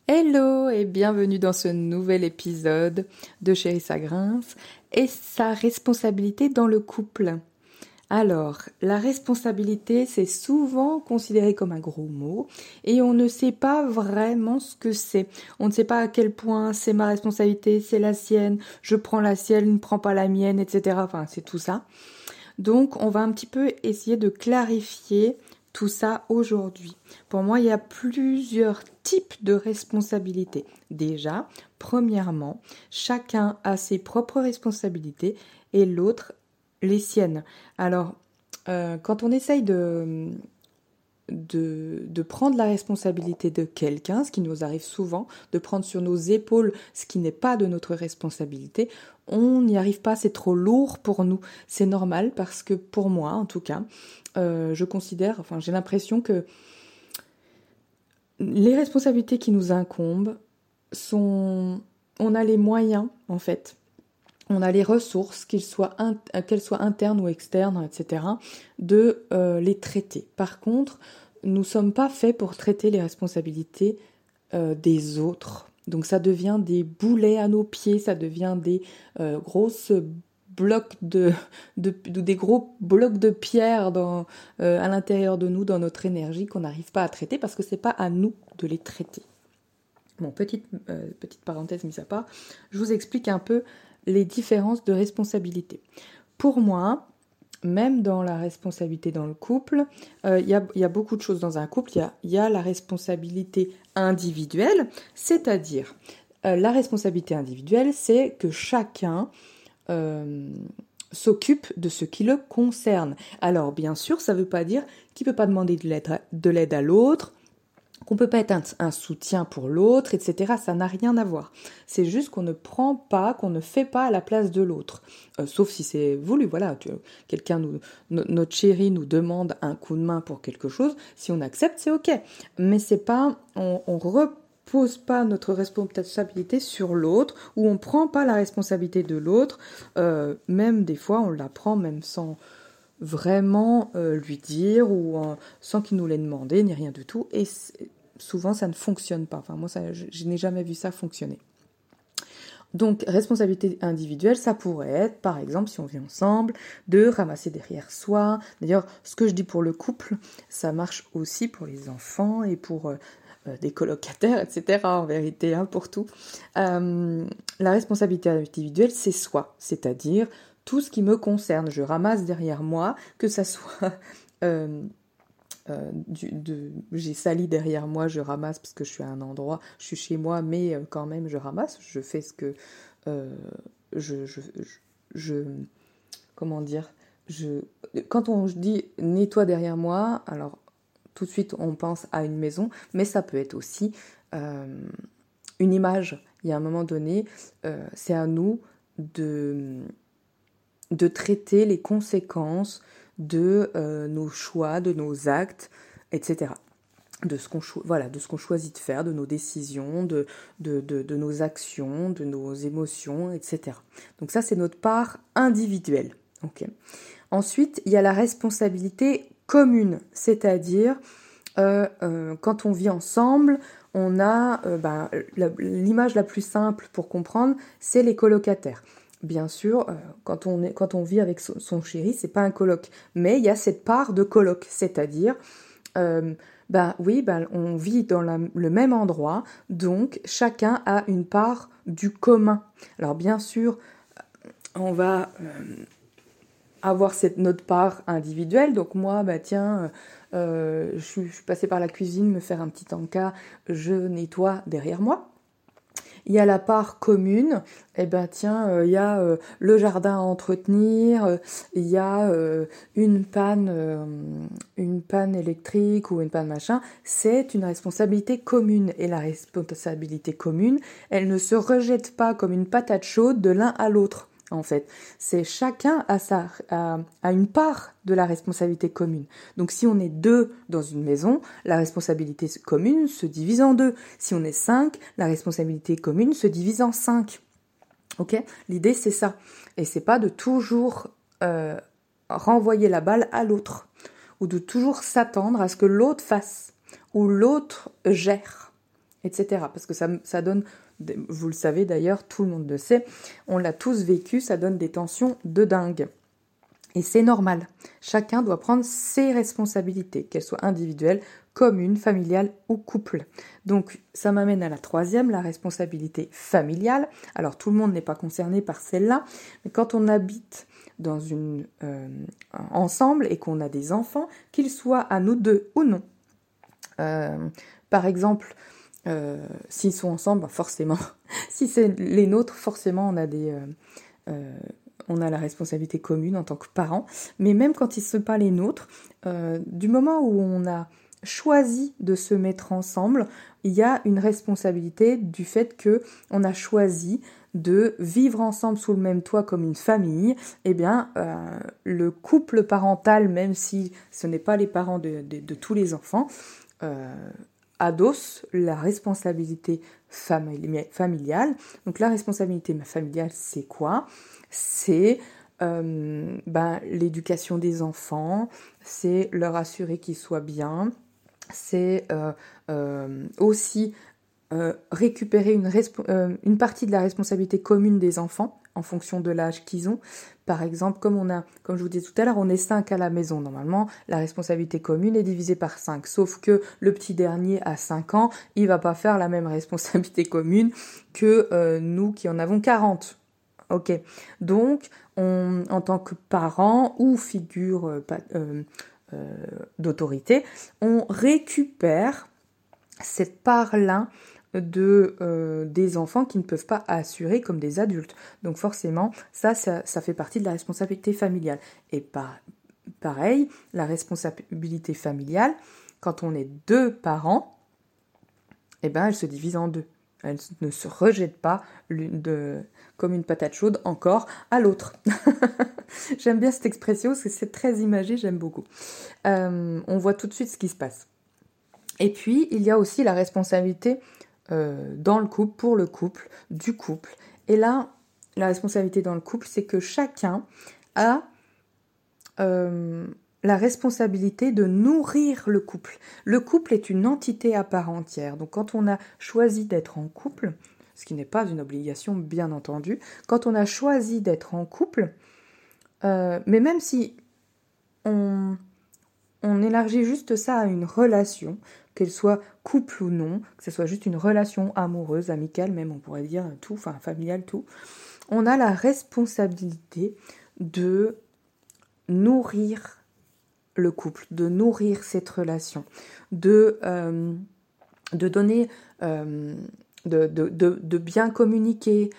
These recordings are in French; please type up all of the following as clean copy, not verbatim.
Hello et bienvenue dans ce nouvel épisode de Chérie ça grince et sa responsabilité dans le couple. Alors, la responsabilité, c'est souvent considéré comme un gros mot et on ne sait pas vraiment ce que c'est. On ne sait pas à quel point c'est ma responsabilité, c'est la sienne, je prends la sienne, ne prends pas la mienne, etc. Enfin, c'est tout ça. Donc, on va un petit peu essayer de clarifier tout ça aujourd'hui. Pour moi, il y a plusieurs types de responsabilités. Déjà, premièrement, chacun a ses propres responsabilités et l'autre les siennes. Alors, quand on essaye de prendre la responsabilité de quelqu'un, ce qui nous arrive souvent, de prendre sur nos épaules ce qui n'est pas de notre responsabilité, on n'y arrive pas, c'est trop lourd pour nous. C'est normal parce que pour moi, en tout cas, je considère, enfin j'ai l'impression que les responsabilités qui nous incombent sont... On a les moyens, en fait, on a les ressources, qu'elles soient internes ou externes, etc., de les traiter. Par contre, nous ne sommes pas faits pour traiter les responsabilités des autres. Donc ça devient des boulets à nos pieds, ça devient des grosses blocs des gros blocs de pierre à l'intérieur de nous, dans notre énergie, qu'on n'arrive pas à traiter parce que c'est pas à nous de les traiter. Bon, petite parenthèse mise à part, je vous explique un peu les différences de responsabilité. Pour moi, même dans la responsabilité dans le couple, y a beaucoup de choses dans un couple. Il y a la responsabilité individuelle, c'est-à-dire la responsabilité individuelle, c'est que chacun s'occupe de ce qui le concerne. Alors bien sûr, ça ne veut pas dire qu'il ne peut pas demander de l'aide à l'autre, qu'on peut pas être un soutien pour l'autre, etc. Ça n'a rien à voir. C'est juste qu'on ne prend pas, qu'on ne fait pas à la place de l'autre. Sauf si c'est voulu, voilà. Notre chéri nous demande un coup de main pour quelque chose. Si on accepte, c'est ok. Mais c'est pas, on repose pas notre responsabilité sur l'autre, ou on prend pas la responsabilité de l'autre. Même des fois, on la prend même sans vraiment lui dire ou sans qu'il nous l'ait demandé ni rien du tout, et souvent ça ne fonctionne pas. Enfin moi je n'ai jamais vu ça fonctionner. Donc responsabilité individuelle, ça pourrait être par exemple, si on vit ensemble, de ramasser derrière soi. D'ailleurs ce que je dis pour le couple, ça marche aussi pour les enfants et pour des colocataires, etc. en vérité, hein, pour tout. La responsabilité individuelle, c'est soi, c'est-à-dire tout ce qui me concerne, je ramasse derrière moi, que ça soit... j'ai sali derrière moi, je ramasse parce que je suis à un endroit, je suis chez moi, mais quand même je ramasse, je fais ce que... comment dire, quand on dit nettoie derrière moi, alors tout de suite on pense à une maison, mais ça peut être aussi une image. Il y a un moment donné, c'est à nous de traiter les conséquences de nos choix, de nos actes, etc. De ce qu'on choisit de faire, de nos décisions, de nos actions, de nos émotions, etc. Donc ça, c'est notre part individuelle. Okay. Ensuite, il y a la responsabilité commune, c'est-à-dire quand on vit ensemble, on a l'image la plus simple pour comprendre, c'est les colocataires. Bien sûr, quand on vit avec son chéri, c'est pas un coloc, mais il y a cette part de coloc, c'est-à-dire, on vit dans le même endroit, donc chacun a une part du commun. Alors bien sûr, on va avoir notre part individuelle, donc moi, je suis passée par la cuisine, me faire un petit encas, je nettoie derrière moi. Il y a la part commune, il y a le jardin à entretenir, il y a une panne électrique ou une panne machin, c'est une responsabilité commune. Et la responsabilité commune, elle ne se rejette pas comme une patate chaude de l'un à l'autre. En fait, c'est chacun a une part de la responsabilité commune. Donc si on est 2 dans une maison, la responsabilité commune se divise en 2. Si on est 5, la responsabilité commune se divise en 5. Ok ? L'idée c'est ça. Et c'est pas de toujours renvoyer la balle à l'autre, ou de toujours s'attendre à ce que l'autre fasse, ou l'autre gère. etc. Parce que ça donne, vous le savez d'ailleurs, tout le monde le sait, on l'a tous vécu, ça donne des tensions de dingue. Et c'est normal. Chacun doit prendre ses responsabilités, qu'elles soient individuelles, communes, familiales ou couple. Donc ça m'amène à la troisième, la responsabilité familiale. Alors tout le monde n'est pas concerné par celle-là, mais quand on habite ensemble et qu'on a des enfants, qu'ils soient à nous deux ou non. Par exemple, s'ils sont ensemble, forcément, si c'est les nôtres, forcément on a la responsabilité commune en tant que parents, mais même quand ils ne sont pas les nôtres, du moment où on a choisi de se mettre ensemble, il y a une responsabilité du fait que on a choisi de vivre ensemble sous le même toit comme une famille. Eh bien, le couple parental, même si ce n'est pas les parents de tous les enfants, adosse la responsabilité familiale. Donc la responsabilité familiale, c'est quoi ? C'est l'éducation des enfants, c'est leur assurer qu'ils soient bien, c'est aussi récupérer une partie de la responsabilité commune des enfants en fonction de l'âge qu'ils ont. Par exemple, comme je vous disais tout à l'heure, on est 5 à la maison. Normalement, la responsabilité commune est divisée par 5. Sauf que le petit dernier à 5 ans, il va pas faire la même responsabilité commune que nous qui en avons 40. Ok. Donc, en tant que parent ou figure d'autorité, on récupère cette part-là des enfants qui ne peuvent pas assurer comme des adultes. Donc forcément, ça fait partie de la responsabilité familiale. Et pareil, la responsabilité familiale, quand on est 2 parents, eh ben, elle se divise en 2. Elle ne se rejette pas comme une patate chaude encore à l'autre. J'aime bien cette expression parce que c'est très imagé, j'aime beaucoup. On voit tout de suite ce qui se passe. Et puis, il y a aussi la responsabilité dans le couple, pour le couple, du couple. Et là, la responsabilité dans le couple, c'est que chacun a la responsabilité de nourrir le couple. Le couple est une entité à part entière. Donc quand on a choisi d'être en couple, ce qui n'est pas une obligation bien entendu, quand on a choisi d'être en couple, mais même si on élargit juste ça à une relation, qu'elle soit couple ou non, que ce soit juste une relation amoureuse, amicale, même on pourrait dire tout, enfin familiale, tout, on a la responsabilité de nourrir le couple, de nourrir cette relation, de donner, de bien communiquer,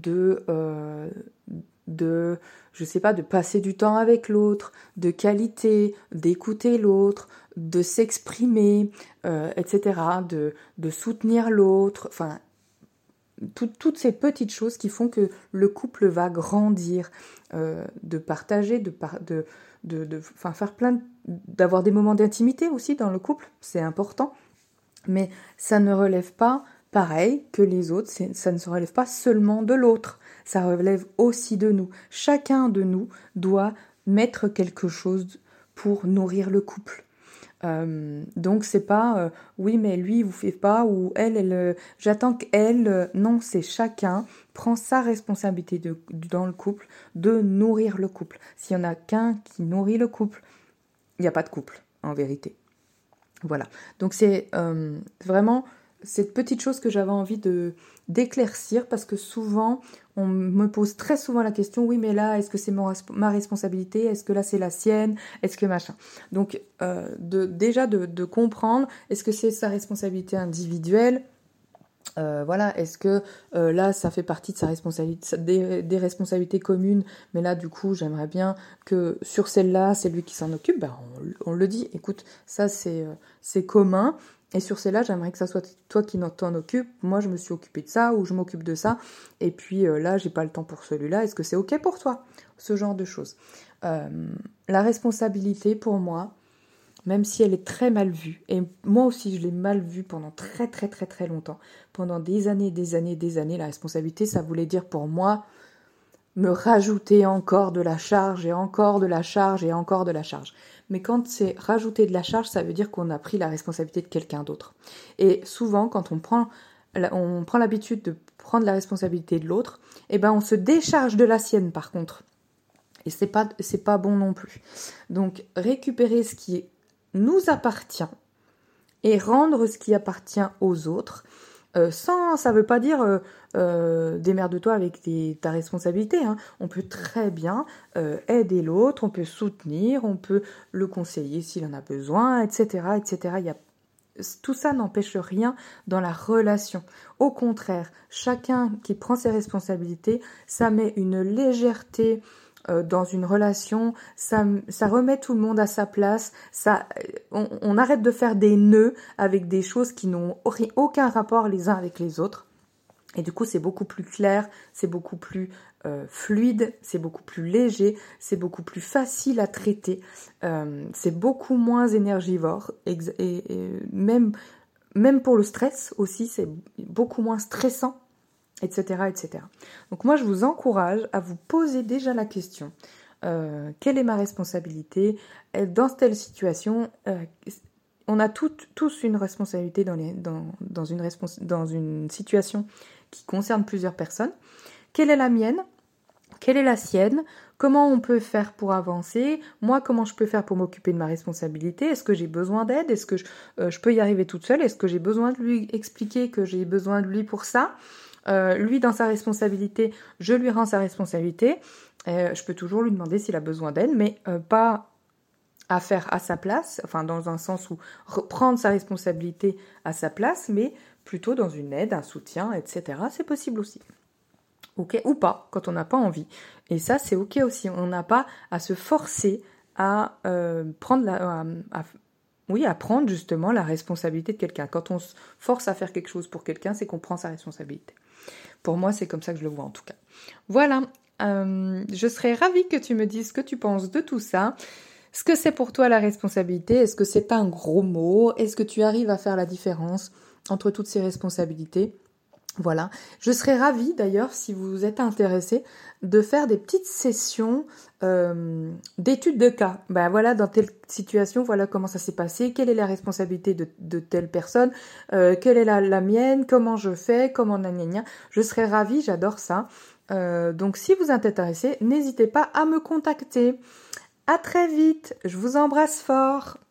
je sais pas, de passer du temps avec l'autre, de qualité, d'écouter l'autre, de s'exprimer, etc., de soutenir l'autre, enfin, toutes ces petites choses qui font que le couple va grandir, de partager, faire d'avoir des moments d'intimité aussi dans le couple, c'est important, mais ça ne relève pas pareil que les autres, ça ne se relève pas seulement de l'autre, ça relève aussi de nous. Chacun de nous doit mettre quelque chose pour nourrir le couple. Donc c'est pas oui mais lui il vous fait pas ou elle j'attends qu'elle non, c'est chacun prend sa responsabilité dans le couple de nourrir le couple. S'il y en a qu'un qui nourrit le couple, il n'y a pas de couple en vérité. Voilà, donc c'est vraiment cette petite chose que j'avais envie d'éclaircir parce que souvent on me pose très souvent la question, oui mais là est-ce que c'est ma responsabilité, est-ce que là c'est la sienne, est-ce que machin. Donc déjà de comprendre, est-ce que c'est sa responsabilité individuelle, voilà, est-ce que là ça fait partie de sa responsabilité, des responsabilités communes, mais là du coup j'aimerais bien que sur celle-là c'est lui qui s'en occupe, ben, on le dit, écoute, ça c'est commun, et sur celle-là j'aimerais que ça soit toi qui t'en occupes, moi je me suis occupée de ça, ou je m'occupe de ça, et puis là j'ai pas le temps pour celui-là, est-ce que c'est ok pour toi, ce genre de choses. La responsabilité pour moi, même si elle est très mal vue, et moi aussi je l'ai mal vue pendant très très très très longtemps, pendant des années, la responsabilité ça voulait dire pour moi me rajouter encore de la charge et encore de la charge et encore de la charge. Mais quand c'est rajouter de la charge, ça veut dire qu'on a pris la responsabilité de quelqu'un d'autre. Et souvent quand on prend on prend l'habitude de prendre la responsabilité de l'autre, et ben on se décharge de la sienne par contre. Et c'est pas bon non plus. Donc récupérer ce qui nous appartient et rendre ce qui appartient aux autres, ça veut pas dire démerde-toi avec ta responsabilité. Hein. On peut très bien aider l'autre, on peut soutenir, on peut le conseiller s'il en a besoin, etc., etc. Tout ça n'empêche rien dans la relation. Au contraire, chacun qui prend ses responsabilités, ça met une légèreté dans une relation, ça remet tout le monde à sa place, on arrête de faire des nœuds avec des choses qui n'ont aucun rapport les uns avec les autres. Et du coup, c'est beaucoup plus clair, c'est beaucoup plus fluide, c'est beaucoup plus léger, c'est beaucoup plus facile à traiter, c'est beaucoup moins énergivore et même pour le stress aussi, c'est beaucoup moins stressant, etc., etc. Donc moi, je vous encourage à vous poser déjà la question, quelle est ma responsabilité dans telle situation on a tous une responsabilité dans une situation qui concerne plusieurs personnes. Quelle est la mienne ? Quelle est la sienne ? Comment on peut faire pour avancer ? Moi, comment je peux faire pour m'occuper de ma responsabilité ? Est-ce que j'ai besoin d'aide ? Est-ce que je peux y arriver toute seule ? Est-ce que j'ai besoin de lui expliquer que j'ai besoin de lui pour ça ? Lui, dans sa responsabilité, je lui rends sa responsabilité. Je peux toujours lui demander s'il a besoin d'aide, mais pas à faire à sa place, enfin dans un sens où prendre sa responsabilité à sa place, mais plutôt dans une aide, un soutien, etc. C'est possible aussi. Ok, ou pas, quand on n'a pas envie. Et ça, c'est ok aussi. On n'a pas à se forcer à prendre justement la responsabilité de quelqu'un. Quand on se force à faire quelque chose pour quelqu'un, c'est qu'on prend sa responsabilité. Pour moi, c'est comme ça que je le vois en tout cas. Voilà, je serais ravie que tu me dises ce que tu penses de tout ça. Est-ce que c'est pour toi la responsabilité ? Est-ce que c'est un gros mot ? Est-ce que tu arrives à faire la différence entre toutes ces responsabilités ? Voilà. Je serais ravie d'ailleurs, si vous êtes intéressé, de faire des petites sessions d'études de cas. Ben voilà, dans telle situation, voilà comment ça s'est passé, quelle est la responsabilité de telle personne, quelle est la mienne, comment je fais, comment gna. Je serais ravie, j'adore ça. Donc si vous êtes intéressé, n'hésitez pas à me contacter. À très vite, je vous embrasse fort.